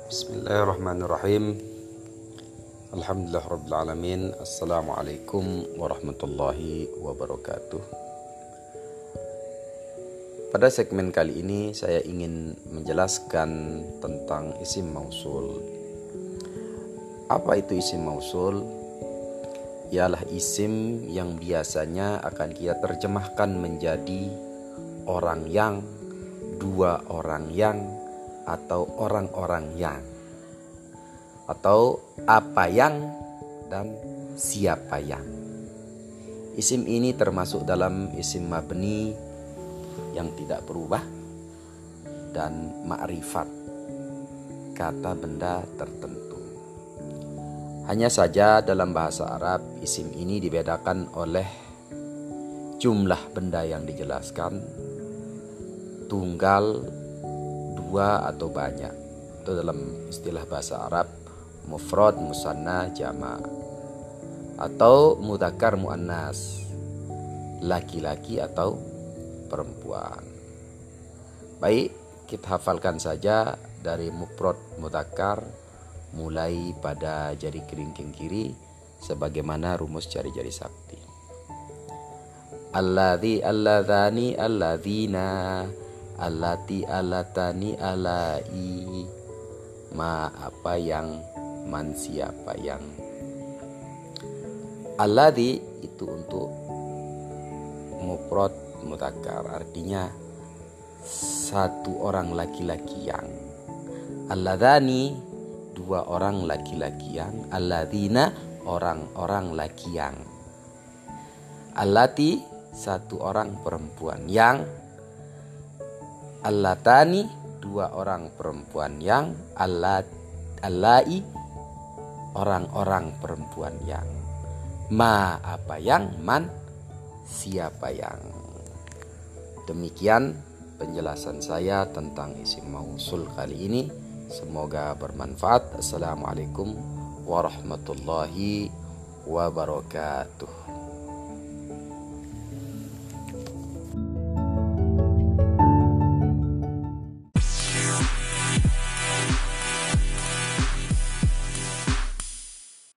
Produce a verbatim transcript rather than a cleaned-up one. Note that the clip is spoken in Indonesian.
Bismillahirrahmanirrahim. Alhamdulillahirrabbilalamin. Assalamualaikum warahmatullahi wabarakatuh. Pada segmen kali ini saya ingin menjelaskan tentang isim mausul. Apa itu isim mausul? Ialah isim yang biasanya akan kita terjemahkan menjadi orang yang, dua orang yang, atau orang-orang yang, atau apa yang dan siapa yang. Isim ini termasuk dalam isim mabni yang tidak berubah dan ma'rifat, kata benda tertentu. Hanya saja dalam bahasa Arab isim ini dibedakan oleh jumlah benda yang dijelaskan, tunggal, dua atau banyak. Itu dalam istilah bahasa Arab mufrad, musanna, jama', atau mudzakkar, muannas, laki-laki atau perempuan. Baik, kita hafalkan saja dari mufrad mudzakkar mulai pada jari kelingking kiri sebagaimana rumus jari-jari sakti. Alladzi, alladzani, alladzina, allati, allatani, alai, ma apa yang, man siapa yang. Alladzi itu untuk mufrad mudzakkar, artinya satu orang laki-laki yang. Alladzani dua orang laki-laki yang. Alladzina orang-orang laki yang. Allati satu orang perempuan yang. Allatani dua orang perempuan yang. Allat allai orang-orang perempuan yang. Ma apa yang, man siapa yang. Demikian penjelasan saya tentang isim mausul kali ini. Semoga bermanfaat. Assalamualaikum warahmatullahi wabarakatuh.